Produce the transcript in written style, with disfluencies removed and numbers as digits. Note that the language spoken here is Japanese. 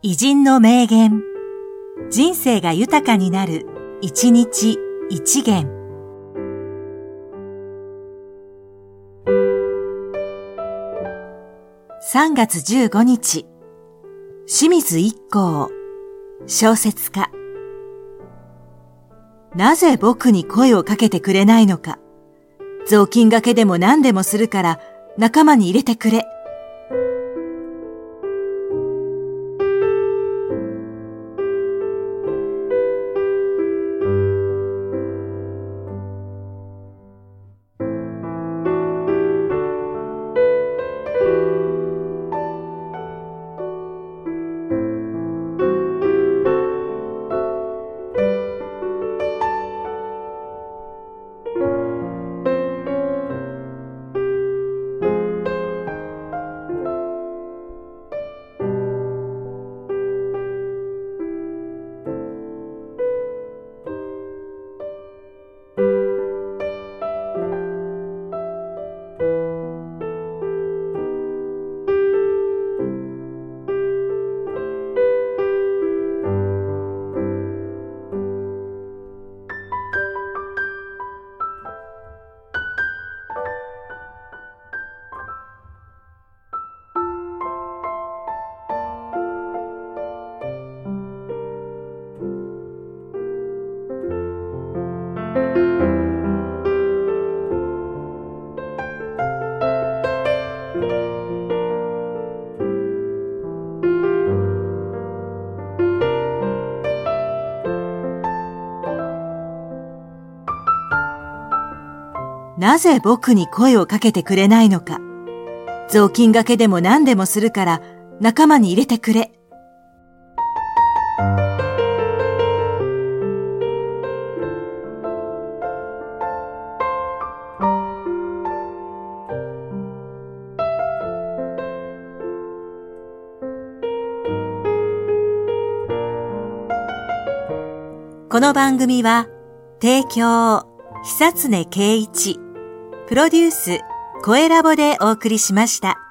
偉人の名言。人生が豊かになる、一日一元。3月15日、清水一行、小説家。なぜ僕に声をかけてくれないのか。雑巾がけでも何でもするから仲間に入れてくれ。なぜ僕に声をかけてくれないのか。雑巾がけでも何でもするから仲間に入れてくれ。この番組は提供久常圭一プロデュース、声ラボでお送りしました。